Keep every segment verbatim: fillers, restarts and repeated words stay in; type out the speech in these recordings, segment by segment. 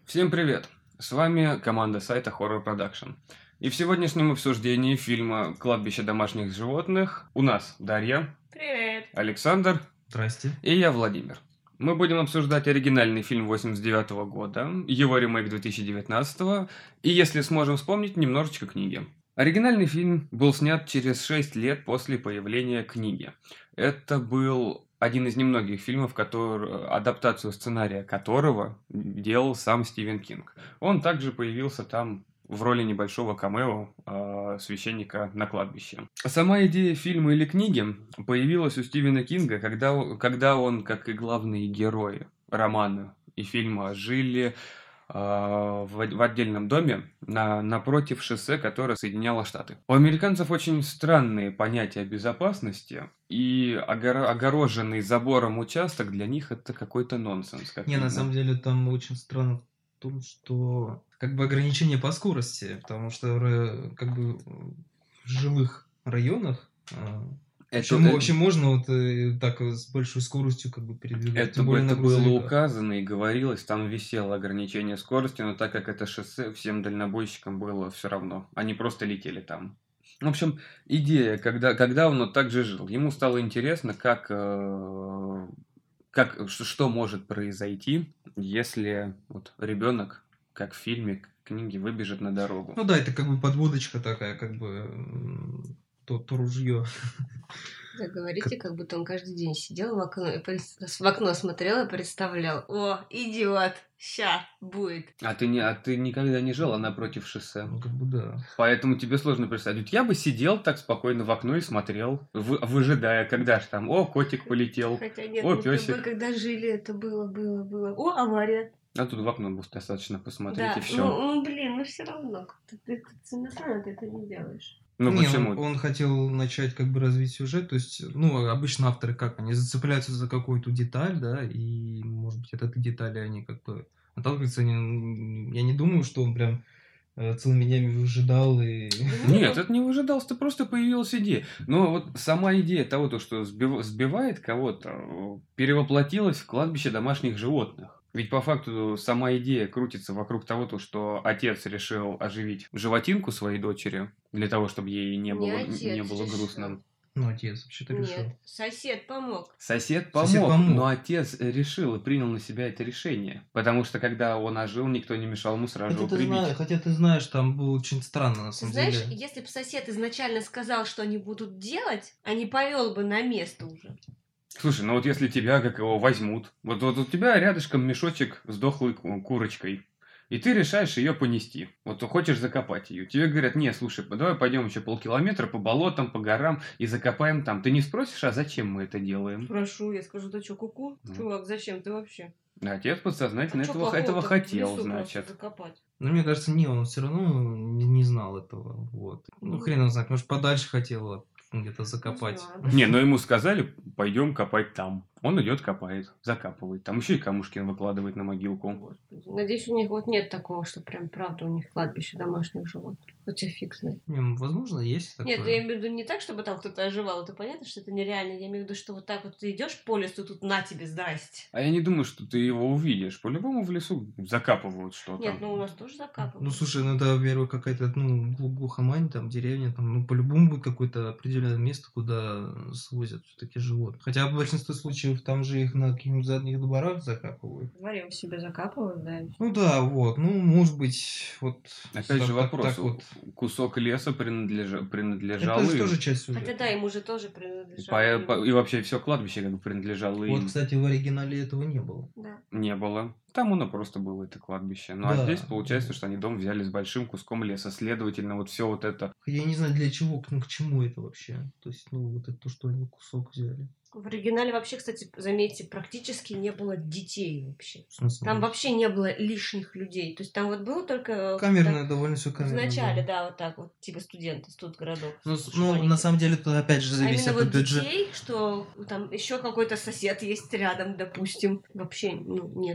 Всем привет! С вами команда сайта Horror Production. И в сегодняшнем обсуждении фильма «Кладбище домашних животных» у нас Дарья, Привет! Александр Здрасте. и я, Владимир. Мы будем обсуждать оригинальный фильм восемьдесят девятого года, его ремейк две тысячи девятнадцатого и, если сможем вспомнить, немножечко книги. Оригинальный фильм был снят через шесть лет после появления книги. Это был один из немногих фильмов, который, адаптацию сценария которого делал сам Стивен Кинг. Он также появился там в роли небольшого камео э, священника на кладбище. Сама идея фильма или книги появилась у Стивена Кинга, когда, когда он, как и главные герои романа и фильма, жили в, в отдельном доме на, напротив шоссе, которое соединяло Штаты. У американцев очень странные понятия безопасности, и огор, огороженный забором участок для них это какой-то нонсенс. Как Не, видно. на самом деле там очень странно в том, что как бы ограничение по скорости, потому что ра- как бы в жилых районах а, Это, вообще, это, вообще можно вот э, так э, с большой скоростью как бы передвигаться. это, тем более на это было грузовиках. указано и говорилось, там висело ограничение скорости, но так как это шоссе, всем дальнобойщикам было все равно. Они просто летели там. В общем, идея, когда, когда он вот так же жил, ему стало интересно, как, э, как, ш- что может произойти, если вот ребенок, как в фильме, к книге, выбежит на дорогу. Ну да, это как бы подводочка такая, как бы м, то, то ружье. Вы говорите, как будто он каждый день сидел в окно и пред- в окно смотрел и представлял: о, идиот, ща будет. А ты, не, а ты никогда не жила напротив шоссе. Ну как бы да. Поэтому тебе сложно представить. Вот я бы сидел так спокойно в окно и смотрел, вы- выжидая, когда же там, о, котик полетел, Хотя нет, о, мы с тобой, песик. когда жили, это было, было, было. О, авария. А тут в окно будет достаточно посмотреть, Да, и все. ну, ну, блин, ну все равно. Ты, ты, ты целенаправленно ты это не делаешь. Ну Не, почему? он, он хотел начать как бы развить сюжет, то есть, ну, обычно авторы как, они зацепляются за какую-то деталь, да, и, может быть, от этой детали они как бы отталкиваются, они, я не думаю, что он прям э, целыми днями выжидал и... Нет, это не выжидался, это просто появилась идея. Но вот сама идея того, то, что сбив- сбивает кого-то, э, перевоплотилась в кладбище домашних животных. Ведь по факту сама идея крутится вокруг того, то, что отец решил оживить животинку своей дочери для того, чтобы ей не, Не было, отец не было решил. грустно. Ну, отец вообще-то решил. Нет, сосед помог. Сосед помог, Сосед помог. но отец решил и принял на себя это решение. Потому что когда он ожил, никто не мешал ему сразу Хотя его ты, прибить. знаешь, хотя ты знаешь, там было очень странно, на Ты самом знаешь, деле. если бы сосед изначально сказал, что они будут делать, а не повел бы на место уже. Слушай, ну вот если тебя, как его, возьмут, вот, вот у тебя рядышком мешочек с дохлой ку- курочкой, и ты решаешь ее понести. Вот ты хочешь закопать ее. Тебе говорят: не, слушай, давай пойдем еще полкилометра по болотам, по горам и закопаем там. Ты не спросишь, а зачем мы это делаем? Прошу, я скажу: ты что, куку? Ну. Чувак, зачем ты вообще? Отец подсознательно А чё этого, этого плохого-то в хотел, лесу просто значит. закопать? Но мне кажется, не, он все равно не, не знал этого. Вот. Ну, Ну. хрен его знает, может, подальше хотел где-то закопать. знаю. Не, но ему сказали: пойдем копать там. Он идет, копает, закапывает. Там еще и камушки выкладывает на могилку. Господи. Надеюсь, у них вот нет такого, что прям правда у них кладбище домашних животных. Хотя фиг знает. Не, ну, возможно, есть такое. Нет, я имею в виду не так, чтобы там кто-то оживал. Это понятно, что это нереально. Я имею в виду, что вот так вот ты идешь по лесу, тут на тебе, здрасте. А я не думаю, что ты его увидишь. По-любому в лесу закапывают что-то. Нет, ну у нас тоже закапывают. Ну, слушай, ну это, во-первых, какая-то, ну, глу- глухомань, там, деревня, там, ну, по-любому будет какое-то определенное место, куда свозят все-таки животных. Хотя в большинстве случаев там же их на каких-нибудь задних дворах закапывают. Дворе у себя закапывают, да. и всё. Ну да, вот, ну, может быть, вот... Опять так- же так- вопрос. так вот. Кусок леса принадлежа- принадлежал Это же им. тоже часть сюжета. Хотя да, ему же тоже И, принадлежало. по- по- и вообще все кладбище как бы принадлежало Вот, им. кстати, в оригинале этого не было. Да. Не было. Там оно просто было, это кладбище. Ну а Да. здесь получается, что они дом взяли с большим куском леса. Следовательно, вот все вот это. Я не знаю, для чего, ну, к чему это вообще. То есть, ну, вот это то, что они кусок взяли. В оригинале вообще, кстати, заметьте, практически не было детей вообще. В смысле? Там вообще не было лишних людей. То есть там вот было только... Камерное довольно все так, камерное. Вначале, было. да, вот так вот, типа студенты, студгородок. Ну, с- ну, школьники. на самом деле, тут опять же А зависит именно от вот бюджета. детей, что там еще какой-то сосед есть рядом, допустим. Вообще, ну, нету никого.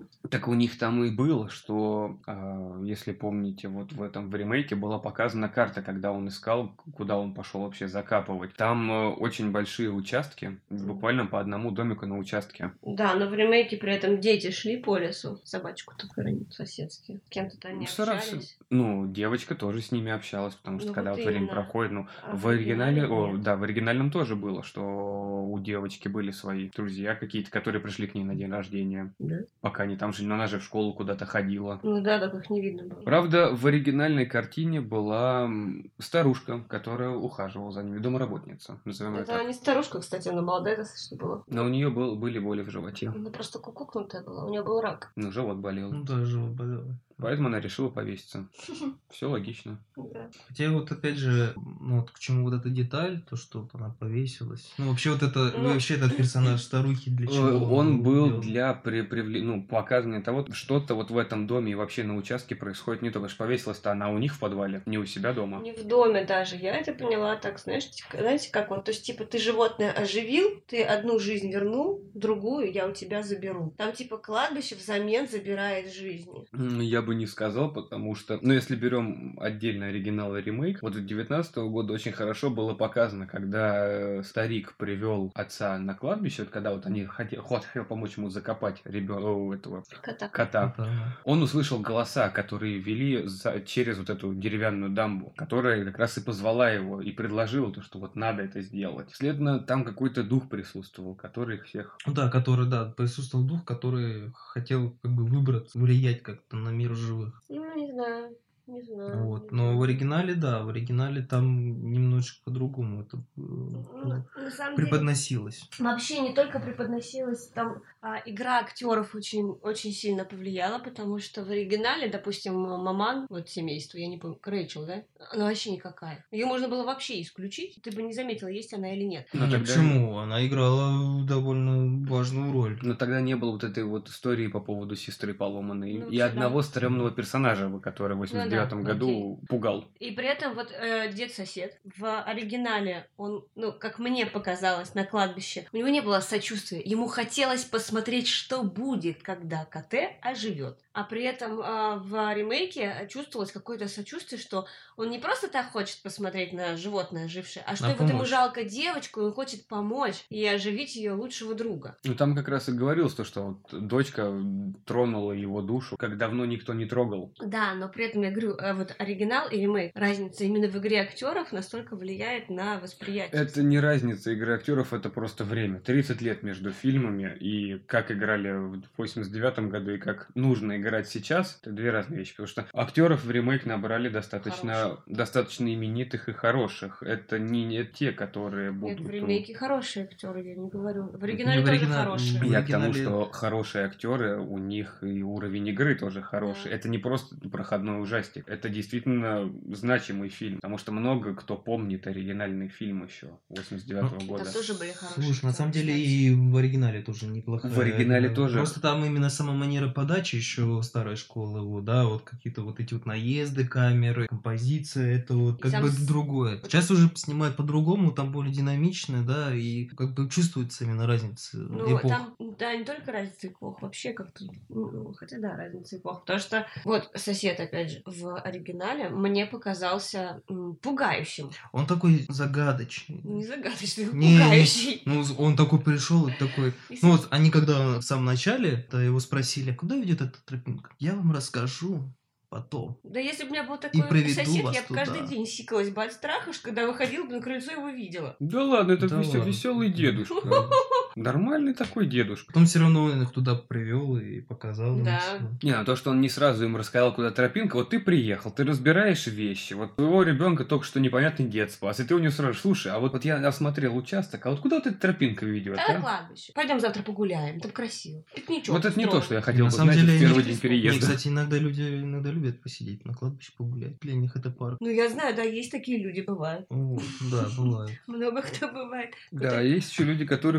Так у них там и было, что, а, если помните, вот в этом в ремейке была показана карта, когда он искал, куда он пошел вообще закапывать. Там э, очень большие участки, буквально по одному домику на участке. Да, но в ремейке при этом дети шли по лесу, собачку-то хоронить соседские. С кем-то они Старался. общались. Ну, девочка тоже с ними общалась, потому что Ну, когда вот вот время именно. проходит, ну, А в в оригинале, оригинале о, нет. да, в оригинальном тоже было, что у девочки были свои друзья какие-то, которые пришли к ней на день рождения, Да? пока они там жили, но она же в школу куда-то ходила. Ну да, так их не видно было. Правда, в оригинальной картине была м, старушка, которая ухаживала за ними, домработница, назовем это Это так. не старушка, кстати, она молодая достаточно была. Но у нее был, были боли в животе. Она просто кукукнутая была, у нее был рак. Ну, живот болел. Ну да, живот болел. Поэтому она решила повеситься. Все логично. Да. Хотя вот опять же, ну вот к чему вот эта деталь, то, что вот она повесилась. Ну вообще вот это, Ну. вообще этот персонаж старухи для чего? Э, Он был сделан? для при, привле- ну, показывания того, что-то вот в этом доме и вообще на участке происходит не то, потому что повесилась-то она у них в подвале, не у себя дома. Не в доме даже. Я это поняла так, знаешь, типа, знаете, как вот, то есть, типа, ты животное оживил, ты одну жизнь вернул, другую я у тебя заберу. Там, типа, кладбище взамен забирает жизни. М, Я бы не сказал, потому что, ну, если берем отдельно оригинал и ремейк, вот в девятнадцатого года очень хорошо было показано, когда э, старик привел отца на кладбище, вот когда вот они хотели, хотел помочь ему закопать ребенка, этого Кота. кота. Это она. Он услышал голоса, которые вели за- через вот эту деревянную дамбу, которая как раз и позвала его и предложила то, что вот надо это сделать. Следовательно, там какой-то дух присутствовал, который их всех... Ну да, который, да, присутствовал дух, который хотел как бы выбраться, влиять как-то на мир живых. Ну, не знаю. Не знаю. Вот. не Но знаю. в оригинале, да, в оригинале там немножечко по-другому это э, Ну, на самом деле, преподносилось. вообще не только преподносилась, там а, игра актеров очень, очень сильно повлияла, потому что в оригинале, допустим, Маман, вот семейство, я не помню, Рэйчел, да? Она вообще никакая. Ее можно было вообще исключить, ты бы не заметила, есть она или нет. Но Ну, тогда- почему? Она играла довольно важную роль. Но тогда не было вот этой вот истории по поводу сестры поломанной Ну, и всё, одного да. стрёмного персонажа, который в восемьдесят девятом Ну да, году пугал. И при этом вот э, дед-сосед в оригинале, он, ну, как мне показалось, на кладбище, у него не было сочувствия. Ему хотелось посмотреть, что будет, когда КТ оживет. А при этом э, в ремейке чувствовалось какое-то сочувствие, что он не просто так хочет посмотреть на животное ожившее, а что А вот ему помочь. жалко девочку, и он хочет помочь и оживить ее лучшего друга. Ну, там как раз и говорилось то, что вот дочка тронула его душу, как давно никто не трогал. Да, но при этом я говорю, э, вот оригинал и ремейк, разница именно в игре актеров настолько влияет на восприятие. Это не разница игры актеров, это просто время. тридцать лет между фильмами, и как играли в восемьдесят девятом году, и как нужно играть сейчас, это две разные вещи. Потому что актеров в ремейк набрали достаточно, Хороших. достаточно именитых и хороших. Это не, не те, которые будут... Нет, в ремейке хорошие актеры, я не говорю. В оригинале в тоже оригинале- хорошие. в Я к тому, оригинале- что хорошие актеры, у них и уровень игры тоже хороший. Да. Это не просто проходной ужастик, это действительно значимый фильм, потому что много кто помнит оригинальный фильм еще восемьдесят девятого Ну, года. Там тоже были хорошие. Слушай, на самом актеры, деле кстати. и в оригинале тоже неплохая. В оригинале игра. тоже. Просто там именно сама манера подачи еще старой школы, вот, да, вот какие-то вот эти вот наезды камеры, композиция, это вот И как сам бы с- другое. Сейчас уже снимают по-другому, там более динамично, да, и как бы чувствуется именно разница Ну, эпох. там, да, не только разница эпох, вообще как-то, ну, хотя да, разница эпох, потому что, вот, сосед, опять же, в оригинале мне показался м, пугающим, Он такой загадочный. не загадочный, Не, пугающий. Ну, он такой пришел и такой. И Ну вот они когда в самом начале то его спросили, «А куда ведет эта тропинка? Я вам расскажу потом. Да если бы у меня был такой приведу сосед, вас я бы туда. каждый день сикалась бы от страха, что когда выходила бы на крыльцо, его видела. Да ладно, это Да ладно. веселый дедушка. Нормальный такой дедушка. Потом все равно он их туда привел и показал. им Да. всё. Не, ну то, что он не сразу им рассказал, куда тропинка, вот ты приехал, ты разбираешь вещи, вот твоего ребенка только что непонятный дед спас, и ты у него сразу, слушай, а вот, вот я осмотрел участок, а вот куда вот эта тропинка ведет, А на а? кладбище. Пойдем завтра погуляем, там красиво. Пикничок Вот это не то, устроим. что я хотел На бы самом знать деле, в первый они- день Не, переезда. кстати, иногда люди иногда любят посидеть на кладбище погулять. Для них это парк. Ну, я знаю, да, есть такие люди, бывают. О, да, бывает. Много кто бывает. Да, есть еще люди, которые вы-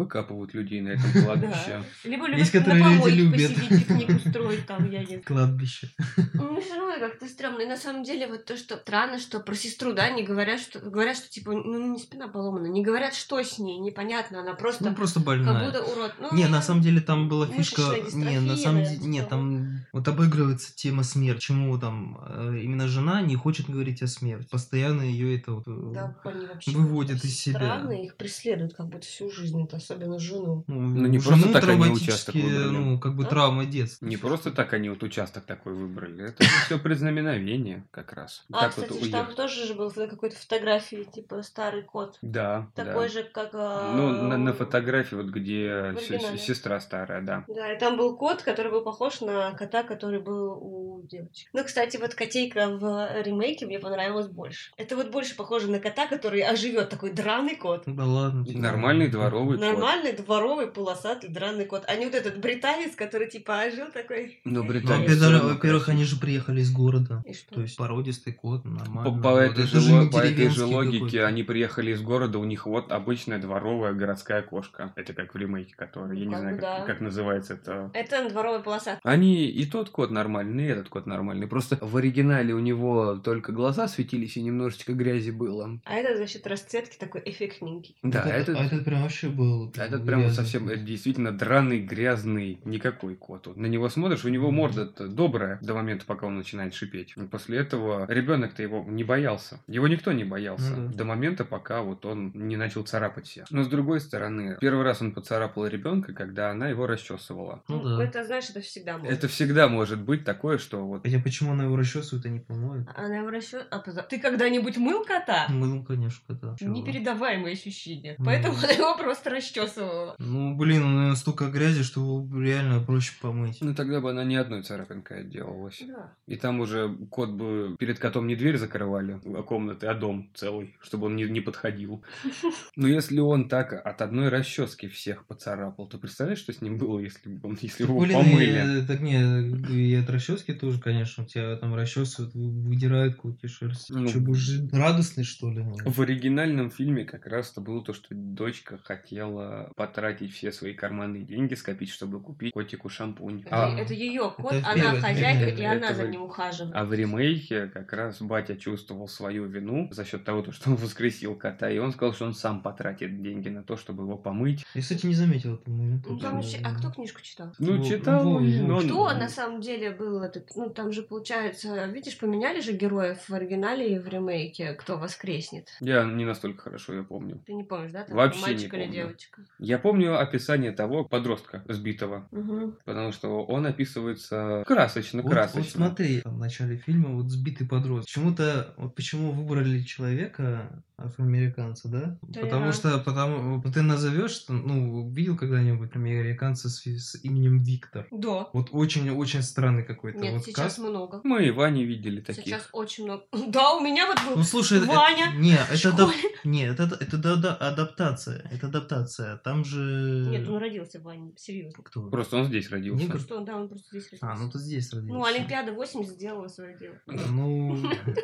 выкапывают людей на этом кладбище. Да. Либо Есть, любят на которые люди помойке любят. посидеть, пикник устроить там, я не знаю. Кладбище. Ну, все равно как-то стрёмно. И на самом деле вот то, что странно, что про сестру, да, не говорят, что говорят, что типа, ну, не спина поломана, не говорят, что с ней, непонятно, она просто Ну, просто как больная. будто урод. Ну, Не, на самом деле там была фишка... мышечная Не, дистрофия, на самом наверное, деле... Нет, типа, там вот обыгрывается тема смерти. Почему там э, именно жена не хочет говорить о смерти. Постоянно ее это вот, э, Да, они вообще выводит как-то из себя. странно, их преследуют как будто всю жизнь, это особенно жену. Ну, Ну, не жену просто так они участок травматические, выбрали. ну, как бы А? травма детства. Не просто так они вот участок такой выбрали. Это все предзнаменовение как раз. А, Так кстати, вот ж там уехать. тоже же был на какой-то фотографии, типа, старый кот. Да, Такой да. же, как... а, Ну, на, на фотографии, вот где в с- с- оригинале. сестра старая, да. Да, и там был кот, который был похож на кота, который был у девочки. Ну, кстати, вот котейка в ремейке мне понравилась больше. Это вот больше похоже на кота, который оживет, такой драный кот. Да ладно. типа, Нормальный ну, дворовый кот. Нормальный, дворовый, полосатый, драный кот. А не вот этот британец, который типа ожил такой. Но Ну, британец во-первых, всё равно во-первых, красив. они же приехали из города. И что? То есть породистый кот, По, нормально. по Вот. этой, Это же, не ло- по этой же деревенский логике какой-то. они приехали из города, у них вот обычная дворовая городская кошка. Это как в ремейке, который, я Ну, не как знаю, бы как, да. как называется это. Это дворовый полосатый. Они и тот кот нормальный, и этот кот нормальный. Просто в оригинале у него только глаза светились и немножечко грязи было. А этот за счет расцветки такой эффектненький. Да, этот, этот, а этот прям вообще был. а этот прям прям вот грязный. совсем э, действительно драный, грязный, никакой кот. Вот на него смотришь, у него морда добрая до момента, пока он начинает шипеть. И после этого ребенок-то его не боялся. Его никто не боялся. Ну да. До момента, пока вот он не начал царапать всех. Но с другой стороны, первый раз он поцарапал ребенка, когда она его расчесывала. Ну Ну, да. это, знаешь, это всегда может. Это всегда может быть такое, что вот Хотя почему она его расчесывает, а не помоет? Она его расчет... А, поза- Ты когда-нибудь мыл кота? Мыл, конечно, кота. Чего? Непередаваемые ощущения. Ну. Поэтому она его просто расчесывала. Ну, блин, у нее столько грязи, что реально проще помыть. ну тогда бы она не одной царапинкой отделалась. Да. И там уже кот бы перед котом не дверь закрывали, а комнаты, а дом целый, чтобы он не, не подходил. Но если он так от одной расчески всех поцарапал, то представляешь, что с ним было, если бы он, если его Блин, помыли? и- так не, и от расчески тоже, конечно, у тебя там расчесывают, вы- выдирают какую-то шерсть. Ну, Че, будешь жи- радостный, что ли? В оригинальном фильме как раз-то было то, что дочка хотела потратить все свои карманные деньги, скопить, чтобы купить котику шампунь. Это, А, это ее кот, Это в она первой- хозяйка, это- и она это за в- ним ухаживает. а в ремейке как раз батя чувствовал свою вину за счет того, то, что он воскресил кота, и он сказал, что он сам потратит деньги на то, чтобы его помыть. Я, кстати, не заметил этого момента. Ну, там вообще- А кто книжку читал? Ну, Во- читал, во- и во- он- Кто на самом деле был этот... Ну, там же, получается, видишь, поменяли же героев в оригинале и в ремейке, кто воскреснет. Я не настолько хорошо ее помню. Ты не помнишь, да? Там Вообще не мальчик или помню. девочка? Я помню описание того подростка сбитого, Угу. потому что он описывается красочно, Вот, красочно. вот смотри, в начале фильма вот сбитый подросток. Почему-то, вот почему выбрали человека, афроамериканца, да? Да, Потому да. что, потому, вот ты назовешь, ну, видел когда-нибудь американца с, с именем Виктор? Да. Вот очень-очень странный какой-то Нет, вот сейчас каст. много. Мы и Вани видели таких. Сейчас очень много. Да, у меня вот был Ну слушай, это- Ваня. это- не, в это, школе. адап- не, это, это да- да- адаптация, это адаптация. Там же Нет, он родился Ваня, серьезно. кто? Просто он здесь родился. Негр? Что он, да, он просто здесь родился. А, ну ты здесь родился. Ну, Олимпиада восемьдесят сделала свое дело. Ну,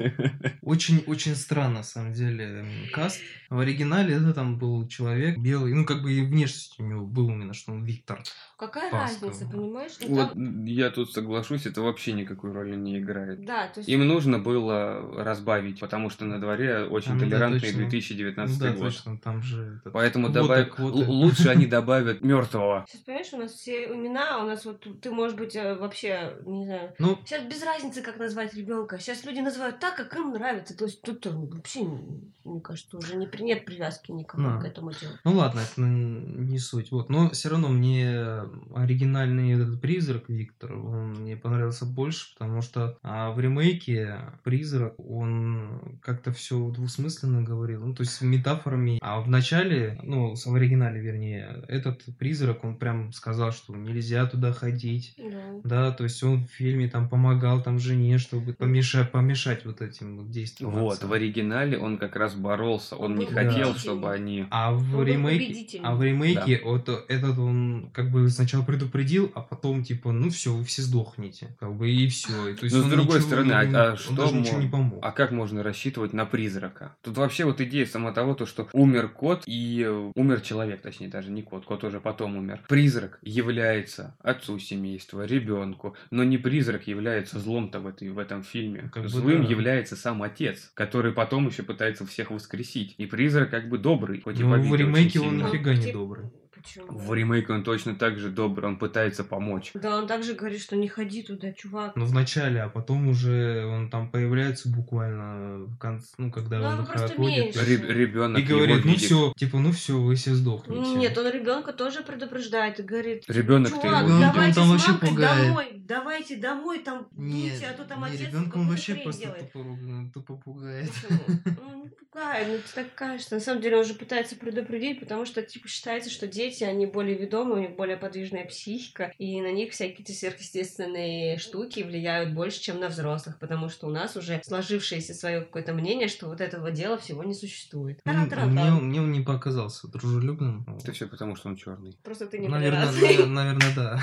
очень-очень странно, на самом деле, м, каст. В оригинале это там был человек белый, ну, как бы и внешность у него был именно, что он Виктор. Какая Паска. разница, понимаешь? Ну, Вот там- я тут соглашусь, это вообще никакой роли не играет. Да, то есть... Им нужно было разбавить, потому что на дворе очень А, ну да, толерантный точно. две тысячи Ну девятнадцатый да, год. точно, там же... этот- Поэтому квота, добавь- квота. л- лучше они добавят мертвого. Сейчас, понимаешь, у нас все имена, у нас вот ты, может быть, э, вообще, не знаю... Ну, Сейчас без разницы, как назвать ребенка. Сейчас люди называют так, как им нравится. То есть тут э, вообще, мне кажется, уже не, при- нет привязки никакой Да. к этому делу. ну ладно, это м, не суть. Вот. Но все равно мне оригинальный этот призрак Виктор, он мне понравился больше, потому что а, в ремейке призрак, он как-то все двусмысленно говорил, ну, то есть с метафорами. А в начале, ну, в оригинале, вернее, этот призрак, он прям сказал, что нельзя туда ходить. Да. Да, то есть он в фильме там помогал там жене, чтобы помешать, помешать вот этим вот действиям. Вот, отца. в оригинале он как раз боролся, он, Он не был хотел, убедительный. чтобы они... А в был ремейке, убедительный. а в ремейке вот этот он как бы сначала предупредил, а потом типа, ну все, вы все сдохнете, как бы и все. То есть Но с он другой ничего стороны, а, ему- а он что даже ничего не мо- помог. а как можно рассчитывать на призрака? Тут вообще вот идея сама того, то, что умер кот и э, умер человек, точнее даже не кот, кот уже потом умер. Призрак является отцу семейства, ребенку, но не призрак является злом-то в, этой, в этом фильме. Как бы Злым да. является сам отец, который потом еще пытается всех воскресить. И призрак как бы добрый, хоть и Но побитый в ремейке очень он сильно. нифига не Типа, добрый. Почему? В ремейке он точно так же добрый, он пытается помочь. Да, он также говорит, что не ходи туда, чувак. Ну, в начале, а потом уже он там появляется буквально в конце, ну, когда Ну, он он их просто отводит. меньше. Реб- ребенок И говорит, его ну видит. все, типа, ну все, вы все сдохнете. Нет, он ребенка тоже предупреждает и говорит, Ребенок ты чувак, его Он- он давайте там с вообще мамкой пугает. домой, давайте домой, там Не, дуйте, а то там не, отец ребенка он какую-то вообще хрень просто делает. тупо, руг- тупо пугает. Ну, не пугает, ну это так кажется. На самом деле он же пытается предупредить, потому что типа считается, что дети, они более ведомы, у них более подвижная психика, и на них всякие-то сверхъестественные штуки влияют больше, чем на взрослых, потому что у нас уже сложившееся свое какое-то мнение, что вот этого дела всего не существует. Ну, Таран-таран-таран. Мне, мне он не показался дружелюбным. Это все потому, что он черный. Просто ты не Наверное, толерантный. наверное, да.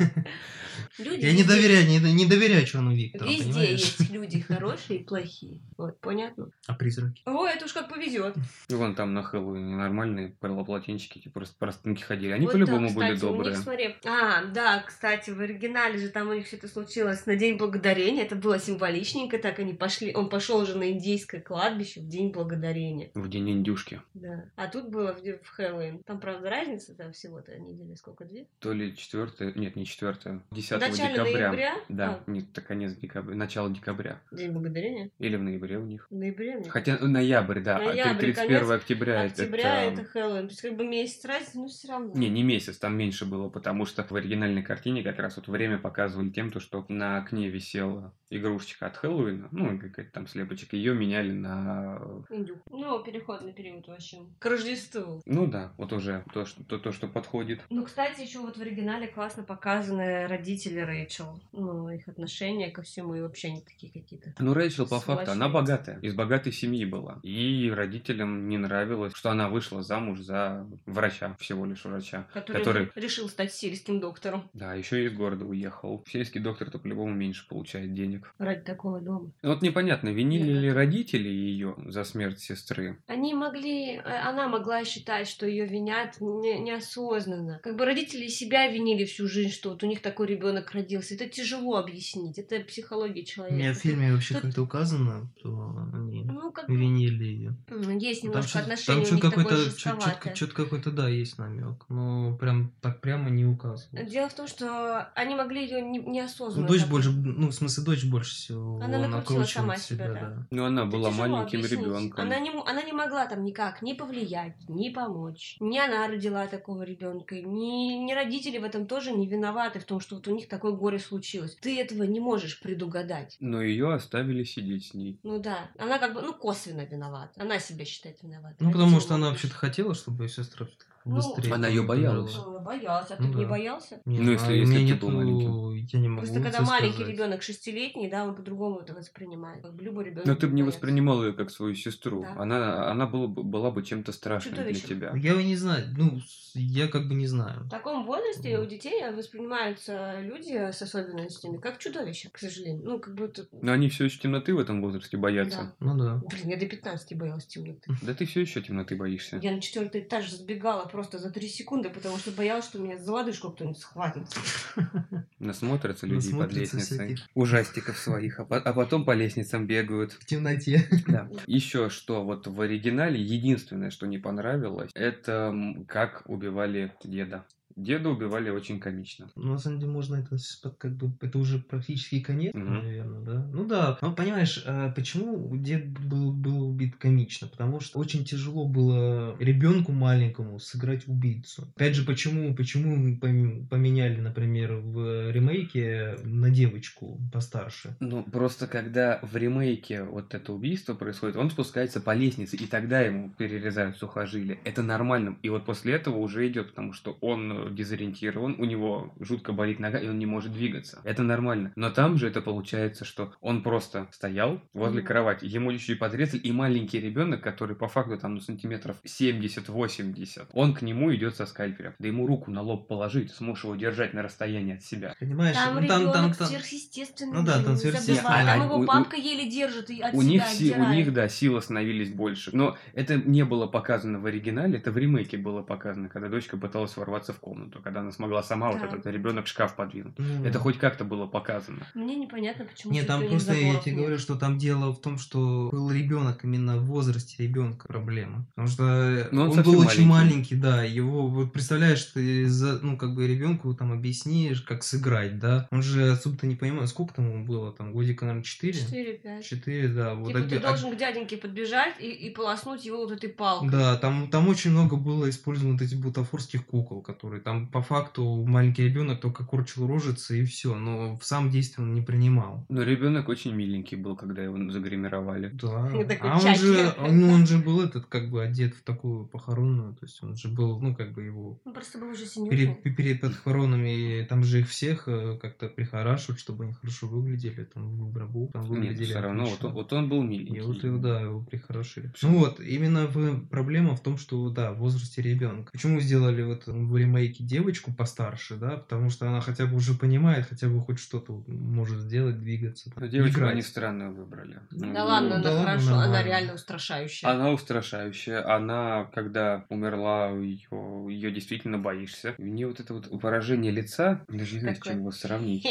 Люди Я не везде- доверяю, не, не доверяю Джону Виктору, Везде понимаешь? есть люди хорошие и плохие. Вот, понятно? А призраки? О, это уж как повезет. И вон там на Хэллоуине нормальные полотенчики, типа просто простынки ходили. Они Вот по-любому да, были кстати, у добрые. них, смотри. А, да, кстати, в оригинале же там у них все это случилось на День Благодарения. Это было символичненько, так они пошли. Он пошел уже на индейское кладбище в День Благодарения. В день индюшки. Да. А тут было в, в Хэллоуин. Там, правда, разница, да, всего-то недели сколько, две? То ли четвертое, нет, не четвертое, десятого В начале декабря. ноября? Да, А. нет, это конец декабря, начало декабря. День Благодарения? Или в ноябре у них. В ноябре, мне Хотя ну, ноябрь, да, Ноябрь, а тридцать первого октября это- Октября это... это Хэллоуин. То есть как бы месяц разницы, но все равно. Не, не месяц, там меньше было, потому что в оригинальной картине как раз вот время показывали тем, то, что на окне висела игрушечка от Хэллоуина, ну, какая-то там слепочка, ее меняли на... Индюк. Ну, переходный период вообще. К Рождеству. Ну да, вот уже то, что, то, то, что подходит. Ну, кстати, еще вот в оригинале классно показаны родители Рэйчел. Ну, их отношения ко всему, и вообще они такие какие-то. Ну, Рэйчел, по факту, она Сволочные. богатая, из богатой семьи была. И родителям не нравилось, что она вышла замуж за врача, всего лишь врача. Который, Который- решил стать сельским доктором Да, еще и из города уехал. Сельский доктор-то по-любому меньше получает денег. ради такого дома. Вот непонятно, винили Нет. ли родители ее за смерть сестры? Они могли, э, она могла считать, что ее винят не- неосознанно. Как бы родители себя винили всю жизнь, что вот у них такой ребенок родился. Это тяжело объяснить. Это психология человека. Мне в фильме вообще Тут- как-то указано, что они Ну, как бы, винили ее. м, есть Там немножко что-то отношения у что них такое какой-то, жестковатое. что-то какой-то, да, есть намек, но прям так прямо не указывал. Дело в том, что они могли ее не, Ну, неосознанно. дочь так- больше, ну, в смысле, дочь больше всего Она накрутила накручивает сама себя, да. Ну, она Это была тяжело маленьким объяснить. ребенком. Она не, м- она не могла там никак ни повлиять, ни помочь. Не она родила такого ребенка, ни, ни родители в этом тоже не виноваты в том, что вот у них такое горе случилось. Ты этого не можешь предугадать. Но ее оставили сидеть с ней. Ну да, она как бы, ну, косвенно виновата. Она себя считает виноватой. Ну, потому Родители что она могут вообще-то хотела, чтобы ее сестра Ну, быстрее. она её боялась. решить. Ну, боялся, а Ну ты не да. боялся? Не Ну, знаю, если- у меня если ты был нету, я не могу Просто когда тебе маленький сказать. ребенок шестилетний, да, он по-другому это воспринимает. Как бы любой ребенок. Но ты бы не боится. воспринимал ее как свою сестру. Да. Она, она была, бы- была бы чем-то страшным для Чудовищем. тебя. Я его не знаю, ну, с- я как бы не знаю. В таком возрасте у детей воспринимаются люди с особенностями как чудовища, к сожалению. Ну, как будто... Но они все еще темноты в этом возрасте боятся. Ну да. Блин, я до пятнадцати боялась темноты. Да, ты все еще темноты боишься. Я на четвертый этаж сбегала просто за три секунды, потому что боялась, что меня за лодыжку кто-нибудь схватит. Насмотрятся люди под Насмотрятся лестницей. всяких. Ужастиков своих, а, по- а потом по лестницам бегают. В темноте. Да. Еще что, вот в оригинале единственное, что не понравилось, это м, как убивали деда. Деда убивали очень комично. Ну, на самом деле, можно это с- под- как бы, это уже практически конец, Мгм. наверное, да? Ну да, ну понимаешь, а почему дед был, был убит комично? Потому что очень тяжело было ребенку маленькому сыграть убийцу. Опять же, почему, почему пом- поменяли, например, в ремейке на девочку постарше? Ну, просто когда в ремейке вот это убийство происходит, он спускается по лестнице, и тогда ему перерезают сухожилия. Это нормально. И вот после этого уже идет, потому что он дезориентирован, у него жутко болит нога, и он не может двигаться. Это нормально. Но там же это получается, что он просто стоял возле Мгм. кровати, ему еще и подрезали, и маленький ребенок, который по факту там ну, сантиметров семьдесят-восемьдесят, он к нему идет со скальпелем. Да ему руку на лоб положить, сможешь его держать на расстоянии от себя. Понимаешь? Там ну, ребенок там, там- сверхъестественный, Ну да, уже, там не сверхъестественный. забывай. Там А, его у- у- папка еле держит и от У себя них, си- у отдирает. них, да, силы становились больше. Но это не было показано в оригинале, это в ремейке было показано, когда дочка пыталась ворваться в комнату, когда она смогла сама вот Да. этот ребенок шкаф подвинуть. Ну, Это хоть как-то было показано. Мне непонятно, почему Нет, там всё-таки у них просто я заборов тебе нет. говорю, что там дело в том, что был ребенок именно в возрасте ребенка проблема. Потому что Ну, он он, совсем был очень маленький. маленький, да. Его, вот представляешь, ты за, ну, как бы ребенку там объяснишь, как сыграть, да. Он же особо-то не понимает, сколько там ему было, там, годика, наверное, четыре? четыре-пять. Четыре, да. Вот Типа ты оби- об- должен к дяденьке подбежать и, и полоснуть его вот этой палкой. Да, там, там очень много было использовано вот этих бутафорских кукол, которые там по факту маленький ребенок только корчил рожицы и все, но в сам действие он не принимал. Но ребенок очень миленький был, когда его загримировали. Да. Такой А он Чаки. же, ну, он же был этот, как бы, одет в такую похоронную, то есть он же был, ну, как бы его Он просто был уже перед, синюшный. перед похоронами, там же их всех э, как-то прихорашивают, чтобы они хорошо выглядели, там, в гробу, там Нет, выглядели все равно, вот отлично. он, вот он был И миленький. вот его, да, его прихорошили. Почему? Ну вот, именно в, проблема в том, что, да, в возрасте ребенка. Почему сделали вот в ремейке девочку постарше, да, потому что она хотя бы уже понимает, хотя бы хоть что-то может сделать, двигаться, там, Но девочку играть. они странную выбрали. Да Ну, ладно, она да ладно, хорошо, она нормально. реально устрашающая. Она устрашающая, она, когда умерла, ее, ее действительно боишься. У нее вот это вот выражение лица, даже не знаю, с Такое. чем его сравнить.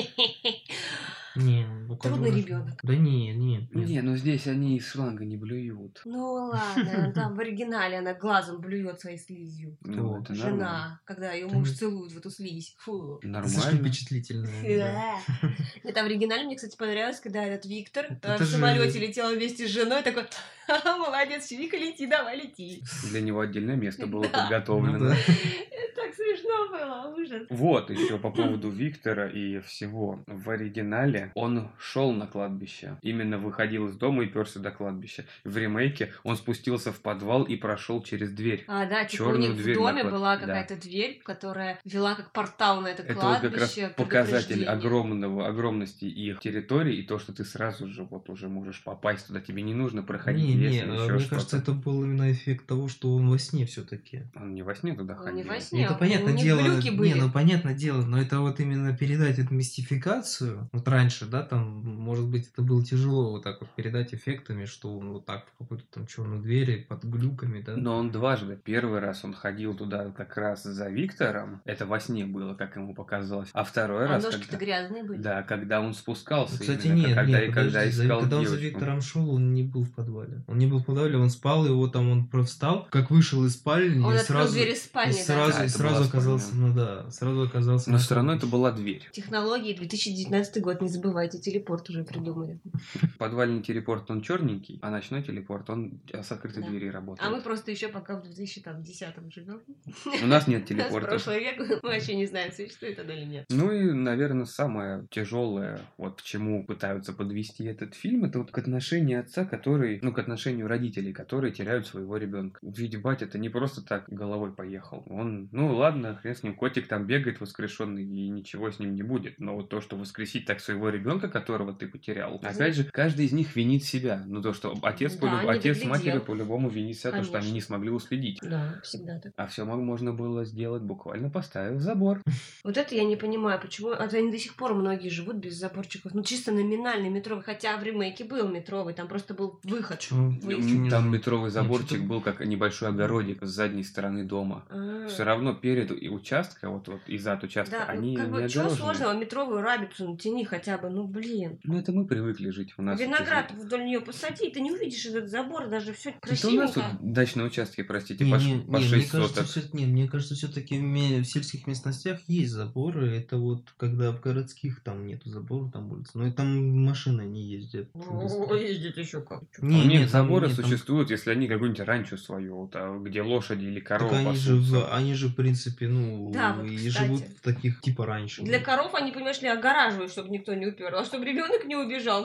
Не, ну, как Трудный бы- ребенок. Да не, нет, нет. Не, ну здесь они из шланга не блюют. Ну ладно, там в оригинале она глазом блюет своей слизью. Ну, Кто? это Жена, нормально. когда ее Да муж не- целует в эту слизь. Фу. Это слишком Нормально. впечатлительно. да. Нет, там в оригинале мне, кстати, понравилось, когда этот Виктор э, Это в же- самолете летел вместе с женой, такой, «Ха-ха, молодец, Вика, лети, давай, лети. Для него отдельное место было Да. подготовлено. Ну да. Это так смешно было, ужас. Вот еще по поводу Виктора и всего. В оригинале он шел на кладбище. Именно выходил из дома и перся до кладбища. В ремейке он спустился в подвал и прошел через дверь. А, да, типа у Чёрную них в дверь доме наклад- была да. какая-то дверь, которая вела как портал на это Это вот как раз кладбище. показатель предупреждение. огромного, огромности их территории и то, что ты сразу же вот уже можешь попасть туда. Тебе не нужно проходить Не, лес не, или а еще мне что-то. кажется, это был именно эффект того, что он во сне все-таки. Он не во сне туда Он ходил. не во сне. Это у понятное них дело. глюки были. Не, ну понятное дело, но это вот именно передать эту мистификацию. Вот раньше, да, там, может быть, это было тяжело вот так вот передать эффектами, что он вот так в какую-то там черную дверь под глюками, да. Но он дважды. Первый раз он ходил туда как раз за Виктором. Это во сне было, как ему показалось. А второй А раз, ножки-то когда... грязные были. Да, когда он спускался, Ну, кстати, именно, нет, когда, нет, и когда подожди, за- искал когда он за девочку. Виктором шел, он не был в подвале. Он не был в подвале, он спал, его там он просто встал, как вышел из спальни, Он и открыл сразу, дверь из и спальни, да. сразу, Да, и это сразу была оказался, спальня. ну да, сразу оказался. Но на все равно это кладбище. была дверь. Технологии две тысячи девятнадцатый год, не забывайте, телепорт уже придумали. Подвальный телепорт, он черненький, а ночной телепорт, он с открытой Да. двери работает. А мы просто еще пока в две тысячи десятом живем. У нас нет У нас телепорта. прошлый век, мы вообще не знаем, существует оно или нет. Ну и, наверное, самое тяжелое, вот к чему пытаются подвести этот фильм, это вот к отношению отца, который, ну, к отношению родителей, которые теряют своего ребенка. Ведь батя это не просто так головой поехал. Он, ну ладно, хрен с ним, котик там бегает воскрешенный, и ничего с ним не будет. Но вот то, что воскресить так своего ребенка, которого ты потерял, опять же, каждый из них винит себя. Ну то, что отец, Да, полюб- не отец с доглядел. матерью по-любому винит себя, то, что они Конечно. не смогли уследить. Да, всегда так. А все можно было сделать, буквально поставив забор. Вот это я не понимаю, почему а они до сих пор многие живут без заборчиков. Ну, чисто номинальный метровый, хотя в ремейке был метровый, там просто был выход. Чё? Выезд. Чё не Там знаю. метровый заборчик что-то- был как небольшой огородик с задней стороны дома. А. Все равно перед и участка, вот, вот и зад участка, Да, они как не бы, чего огорожены. сложного, метровую рабицу натяни хотя бы, ну, блин. Ну, это мы привыкли жить. У нас Виноград это же- вдоль нее посади, ты не увидишь этот забор, даже все Это у нас красивенько. вот дачные участки, простите, Не, по, не, ш- по не, мне шесть кажется, соток. всё- не, мне кажется, все-таки в сельских местностях есть заборы. Это вот когда в городских там нету забора, там улица. Но и там машины не ездят. О, ездит еще как. Не, А нет, нет, там- заборы нет, там- существуют, если они какое-нибудь ранчо свое, вот, а где лошади или Так коровы они же, пасутся. в, они же, в принципе, ну, Да, вот, и кстати. живут в таких типа раньше. Для коров они, понимаешь ли, огораживают, чтобы никто не упер. А чтобы ребенок не убежал,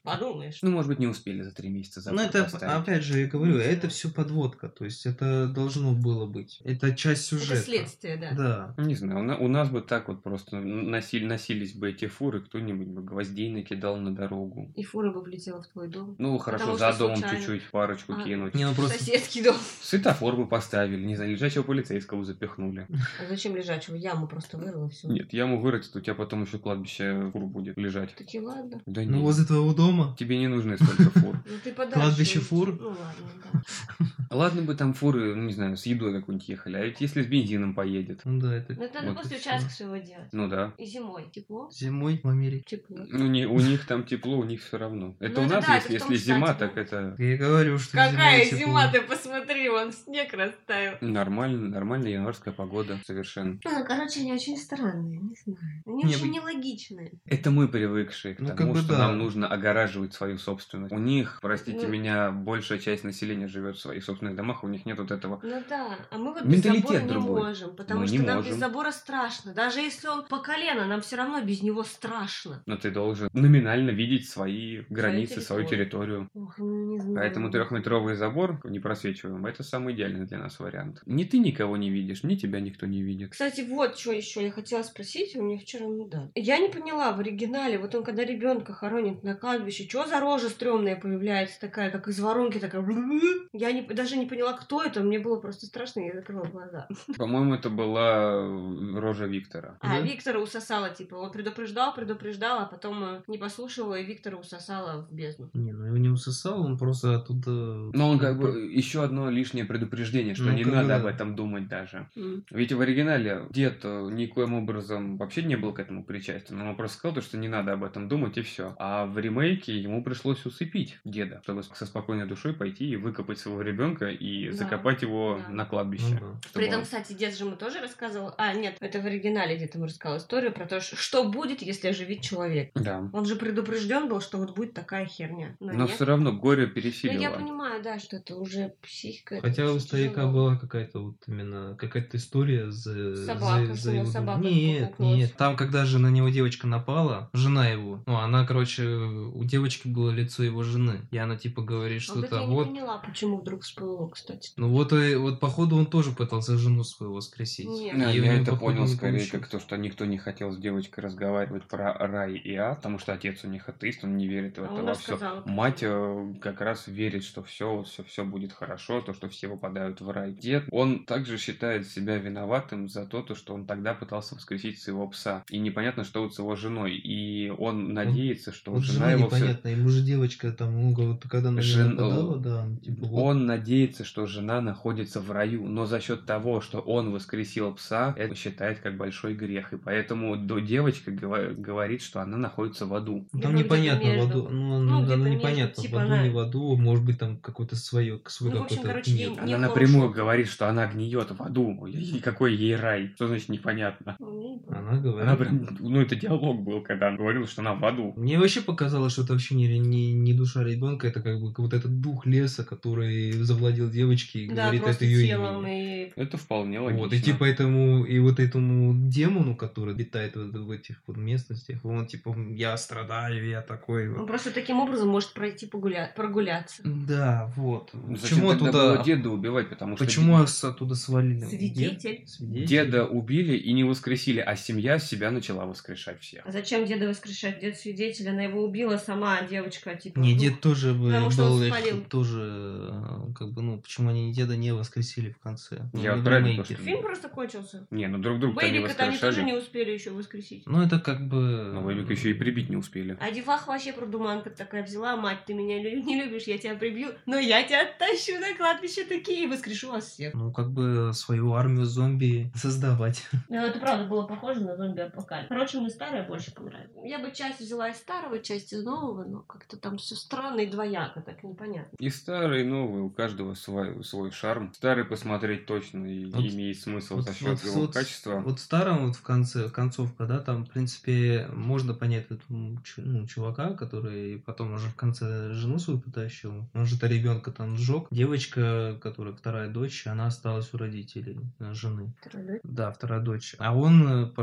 Подумаешь. Ну, может быть, не успели за три месяца Ну, забор это, поставить. опять же, я говорю, Не это знаю. все подводка, то есть это должно было быть. Это часть сюжета. Это следствие, да. Да. Не знаю, у, на- у нас бы так вот просто носили, носились бы эти фуры, кто-нибудь бы гвоздей накидал на дорогу. И фура бы влетела в твой дом. Ну, хорошо, Потому за что домом случайно. чуть-чуть парочку А, кинуть. Не, ну просто... Соседский дом. Светофор бы поставили, не знаю, лежачего полицейского запихнули. А зачем лежачего? Яму просто вырыла, все. Нет, яму вырастет, у тебя потом еще кладбище фур будет лежать. Таки ладно. Да Ну, нет, возле твоего дома. тебе не нужны столько фур. Ну ты подальше. Кладбище уйди. фур? Ну ладно, да. Ладно бы там фуры, ну не знаю, с едой какой-нибудь ехали, а ведь если с бензином поедет. Ну да, это... Ну это надо Вот после и всё. участка своего делать. Ну да. И зимой. Тепло? Зимой в Америке. Тепло. Ну не, у них там тепло, у них все равно. Это Ну, у это нас, да, если, это в том если зима, штате, так да. это Я говорю, что Какая зимой зима, тепло. ты посмотри, вон снег растаял. нормально, нормальная январская погода совершенно. Ну, короче, они очень странные, не знаю. Они Не, очень вы- нелогичные. Это мы привыкшие к Ну, тому, как бы что да. нам нужно огораживать свою собственность. У них, простите Ну. меня, большая часть населения живет в своих собственных домах, у них нет вот этого. Ну да, а мы вот Менталитет без забора не другой. можем, потому Мы что не нам можем. без забора страшно. Даже если он по колено, нам все равно без него страшно. Но ты должен номинально видеть свои границы, свою территорию. территорию. Ох, ну не знаю. Поэтому трехметровый забор, не просвечиваемый, это самый идеальный для нас вариант. Ни ты никого не видишь, ни тебя никто не видит. Кстати, вот что еще я хотела спросить, у меня вчера, ну да. Я не поняла в оригинале, вот он когда ребенка хоронит на кладбище, что за рожа стрёмная появляется такая, как из воронки, такая. Я не, даже не поняла, кто это, мне было просто страшно, я закрыла глаза. По-моему, это была рожа Виктора. А, Да? Виктора усосала, типа, он предупреждал, предупреждал, а потом э, не послушала, и Виктора усосала в бездну. Не, ну его не усосал, он просто оттуда... Но он как бы еще одно лишнее предупреждение, что Ну, не как бы надо да. об этом думать даже. М. Ведь в оригинале дед э, никоим образом вообще не был к этому причастен. Он просто сказал, то, что не надо об этом думать, и все. А в ремейке ему пришлось усыпить деда, чтобы со спокойной душой пойти и выкопать своего ребенка и Да, закопать его да. на кладбище. Ну да. Чтобы При этом, он- кстати, дед же ему тоже рассказывал... А, нет, это в оригинале где-то ему рассказал историю про то, ш- что будет, если оживить человека. Да. Он же предупрежден был, что вот будет такая херня. Но, Но нет. все равно горе Ну, пересилило. я понимаю, да, что это уже психика. это Хотя у очень старика тяжело. была какая-то вот именно какая-то история за, Собака, за, что за у него его дом. собака Нет, стукнулась. нет. Там, когда же на него девочка напала, жена его, ну, она, короче, у девочки было лицо его жены. И она типа говорит, А что вот это я там не вот. поняла, почему вдруг всплыло, кстати. Ну вот, и, вот походу он тоже пытался жену свою воскресить. Нет. Да, И у я него, это походу, понял не скорее получилось. как то, что никто не хотел с девочкой разговаривать про рай и ад, потому что отец у них атеист, он не верит в А это он во все. рассказал. Мать э, как раз верит, что все, все, все будет хорошо, то, что все попадают в рай. Дед, он также считает себя виноватым за то, то, что он тогда пытался воскресить своего пса. И непонятно, что вот с его женой. И он надеется, что Вот жена жена его всё- непонятно, ему же девочка там, ну, вот когда на него Жен- нападала, да, он, типа, вот. Он надеется, что жена находится в раю, но за счет того, что он воскресил пса, это считает как большой грех. И поэтому до девочка гова- говорит, что она находится в аду. Ну, Либо там где-то непонятно, в между. аду, ну, Ну, ну, да, где-то ну, между, непонятно, типа в аду, она- не в аду, может быть, там какой-то свое, свой Ну, в общем, какой-то короче, мир. ей- Она Нехорошо. напрямую говорит, что она гниет в аду. И какой ей рай? Что значит непонятно? Ну, я не помню. Она говорит. Она прям, ну это диалог был, когда она говорила, что она в аду. Мне вообще показалось, что это вообще не, не, не душа ребенка, это как бы вот этот дух леса, который завладел девочкой и Да, говорит, это просто ее телом имя. и... Это вполне логично. Вот, и типа этому, и вот этому демону, который летает в, в этих вот местностях, он типа, я страдаю, я такой Он вот. просто таким образом может пройти погуля... прогуляться. Да, вот. Зачем Почему тогда оттуда, было деда убивать? Потому что почему дед- с- оттуда свалили? Свидетель. Дед? Свидетель? деда убили и не воскресили, а семья себя начала воскрешать всех. А зачем деда воскрешать? Дед свидетель, она его убила сама, а девочка, типа... Не, ну, дед тоже бы потому что был он их спалил. тоже, э, как бы, ну, почему они деда не воскресили в конце? Ну, Я в правильно ремейке. то, Фильм просто кончился. Не, ну друг друга-то не Бэйбика-то они тоже воскрешали. не успели еще воскресить. Ну, это как бы... Но Бэйбика еще и прибить не успели. А деваха вообще продуманка такая взяла, мать, ты меня лю- не любишь, я тебя прибью, но я тебя оттащу на кладбище такие и воскрешу вас всех. Ну, как бы свою армию зомби создавать. Ну, это правда было похоже на зомби-апокалипс. Короче, мне старая больше понравилась. Я бы часть взяла из старого, часть из нового, но как-то там все странно и двояко, так непонятно. И старый, и новый, у каждого свой, свой шарм. Старый посмотреть точно и Вот- имеет смысл Вот, за счет вот- его вот- качества. вот в старом, вот в конце, концовка, да, там, в принципе, можно понять этого чу- ну, чувака, который потом уже в конце жену свою потащил. Он же-то ребенка там сжег. Девочка, которая вторая дочь, она осталась у родителей, э, жены. Да, вторая дочь. А он э, пошел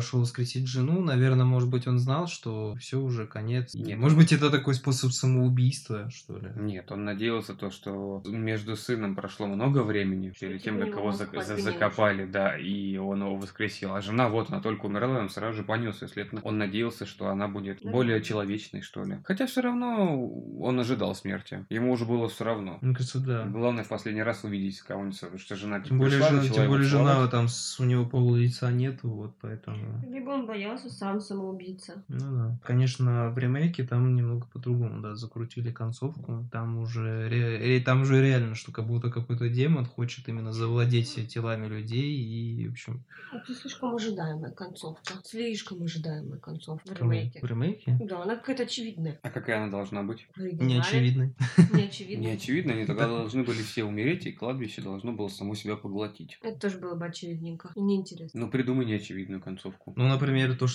пошел воскресить жену, наверное, может быть, он знал, что все уже конец. Нет, Может он- быть, это такой способ самоубийства, что ли. Нет, он надеялся то, что между сыном прошло много времени, Что перед типа тем, как его его мозг зак- за- подменился. закопали, да, и он его воскресил. А жена, вот, она только умерла, и он сразу же понесся. Следовательно, он надеялся, что она будет Да. более человечной, что ли. Хотя все равно он ожидал смерти. Ему уже было все равно. Мне кажется, да. Главное в последний раз увидеть кого-нибудь, потому что жена Тем более, пришла, жена, начала тем его более жена целовать. там с, у него пол лица нету, вот поэтому. Либо он боялся сам самоубийца. Ну да. Конечно, в ремейке там немного по-другому, да, закрутили концовку. Там уже, ре- ре- там уже реально, что как будто какой-то демон хочет именно завладеть телами людей и, в общем... Это слишком ожидаемая концовка. Слишком ожидаемая концовка в кому? ремейке. В ремейке? Да, она какая-то очевидная. А какая она должна быть? В оригинале Не очевидно. Не очевидно. Не очевидно, они тогда Да. должны были все умереть, и кладбище должно было само себя поглотить. Это тоже было бы очевидненько. И неинтересно. Ну, придумай неочевидную концовку. Ну, например, то,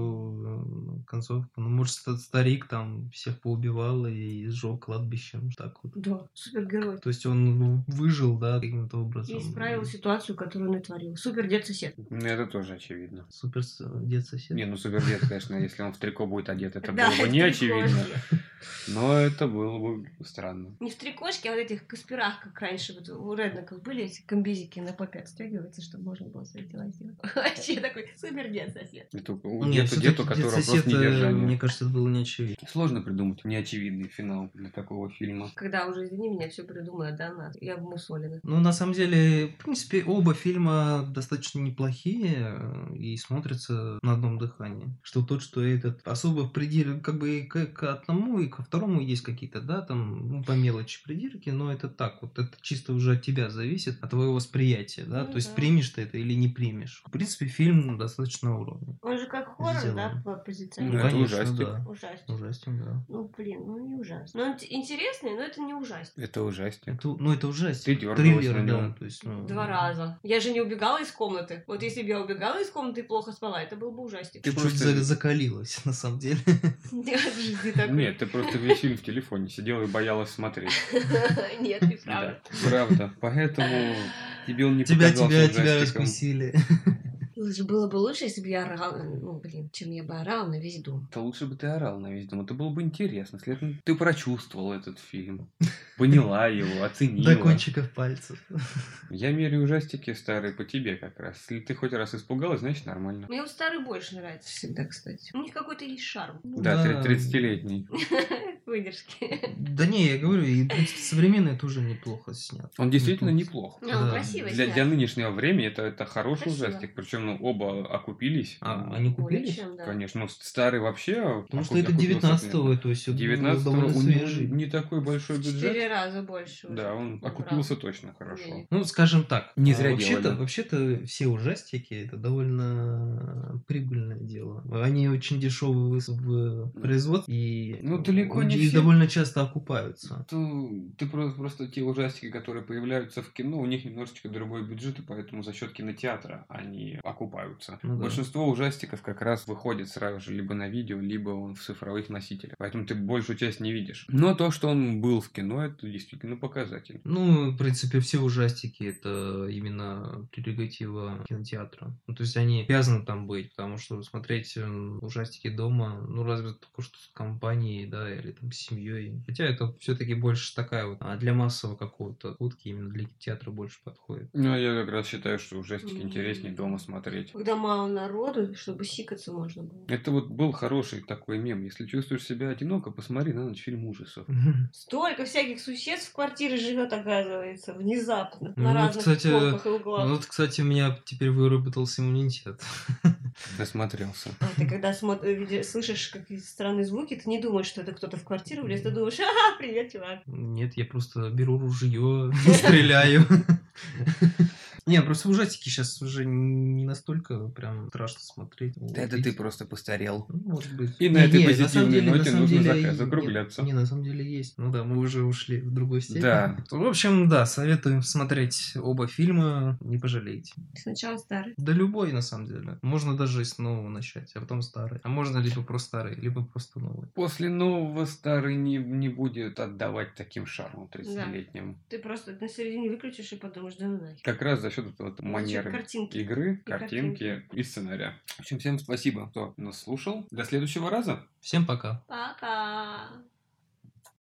что э, концовка, ну, может, ста- старик там всех поубивал и сжег кладбище, ну, так вот. Да, супергерой. То есть он выжил, да, каким-то образом. И исправил ситуацию, которую он натворил. Супер дед-сосед. Ну, это тоже очевидно. Супер с- дед сосед. Не, ну супердед, конечно, если он в трико будет одет, это Да, было бы в не трикотке. очевидно. Но это было бы странно. Не в трикошке, а вот этих каспирах, как раньше вот у Реднаков были эти комбизики на попе отстегиваются, чтобы можно было свои дела сделать. Вообще такой супер дед-сосед. Это у Нет, дету, всё-таки дету, дед которого сосед, просто не э, держали. мне кажется, это было не очевидно. Сложно придумать неочевидный финал для такого фильма. Когда уже, извини меня, все придумают, да, нас. Я в мусолина. Ну, на самом деле, в принципе, оба фильма достаточно неплохие э, и смотрятся на одном дыхании. Что тот, что этот. Особо в пределе, как бы и к, к одному, и ко второму есть какие-то, да, там, ну, по мелочи придирки, но это так вот. Это чисто уже от тебя зависит, от твоего восприятия, да. Ну То есть, да. примешь ты это или не примешь. В принципе, фильм достаточно на уровне. Он же как хоррор, Сделан. да, по Ну, позиционированию. это Конечно, ужастик. да. Ужастик. Ужастик, да. Ну, блин, ну не ужасно. Ну, он т- интересный, но это не ужастик. Это ужастик. Это, ну, это ужастик. Ты дёргалась Триллер, на да. нём. То есть, ну, Два раза. Я же не убегала из комнаты. Вот если бы я убегала из комнаты и плохо спала, это был бы ужастик. Ты Чуть-чуть просто- за- закалилась, на самом деле. Нет, в жизни такой. Нет, ты просто весь фильм в телефоне сидела и боялась смотреть. Нет, неправда. Да, правда. Поэтому тебе он не Тебя, показался тебя, тебя ужастиком. раскусили. Лучше было бы лучше, если бы я орала, ну, блин, чем я бы орала на весь дом. Да лучше бы ты орал на весь дом, это было бы интересно. Следовательно, ты прочувствовал этот фильм, поняла его, оценила. До кончиков пальцев. Я меряю ужастики старые по тебе как раз. Если ты хоть раз испугалась, значит нормально. Мне вот старый больше нравится всегда, кстати. У них какой-то есть шарм. Да, Да. тридцатилетний. Выдержки. Да не, я говорю, и, в принципе, современные тоже неплохо снят. Он действительно Неплохо. неплох. Ну, он Да. красиво Для, снят. для нынешнего времени это, это хороший Красиво. ужастик. Причем ну, оба окупились. А, Ну, они Более купились? чем, да. Конечно, ну старый вообще. Потому что окуп- это окупился девятнадцатого, отменно. то есть это девятнадцатого довольно у него свежий. не такой большой В четыре бюджет. раза больше уже. Да, он набрал. окупился точно хорошо. Денег. Ну, скажем так, Не а, зря вообще-то, делали. вообще-то все ужастики это довольно прибыльное дело. Они очень дешевые в, в производстве и, Ну, далеко не и все. довольно часто окупаются. То ты просто, просто те ужастики, которые появляются в кино, у них немножечко другой бюджет, и поэтому за счет кинотеатра они окупаются. Ну да. Большинство ужастиков как раз выходит сразу же либо на видео, либо он в цифровых носителях. Поэтому ты большую часть не видишь. Но то, что он был в кино, это действительно показатель. Ну, в принципе, все ужастики это именно прерогатива кинотеатра. Ну, то есть они обязаны там быть, потому что смотреть м, ужастики дома, ну, разве только что с компанией, да, или там с семьей. Хотя это все-таки больше такая вот а для массового какого-то утки, именно для кинотеатра больше подходит. Ну, а я как раз считаю, что ужастики М. интереснее дома смотреть. Когда мало народу, чтобы сикаться можно было. Это вот был хороший такой мем. Если чувствуешь себя одиноко, посмотри на ночь фильм ужасов. Столько всяких существ в квартире живет, оказывается, внезапно. Ну, на вот, разных кстати, полках и углах. Ну, вот, кстати, у меня теперь выработался иммунитет. Досмотрелся. А ты когда смотр- види- слышишь какие-то странные звуки, ты не думаешь, что это кто-то в квартиру влез, ты думаешь, ага, привет, чувак. Нет, я просто беру ружье и стреляю. Не, просто ужастики сейчас уже не настолько прям страшно смотреть. Да это ты просто постарел. Ну, может быть. И на Не, этой не, позитивной самом деле- ноте самом нужно деле зак- и- закругляться. Не, на самом деле есть. Ну да, мы уже ушли в другую степень. Да. В общем, да, советую смотреть оба фильма, не пожалеете. Сначала старый. Да любой, на самом деле. Можно даже с нового начать, а потом старый. А можно либо просто старый, либо просто новый. После нового старый не, не будет отдавать таким шармом тридцатилетним. Ты просто на середине выключишь и подумаешь, да ну нафиг. Как раз за счет вот, вот За счет манеры картинки. игры, И картинки картинки. и сценария. В общем, всем спасибо, кто нас слушал. До следующего раза. Всем пока. Пока.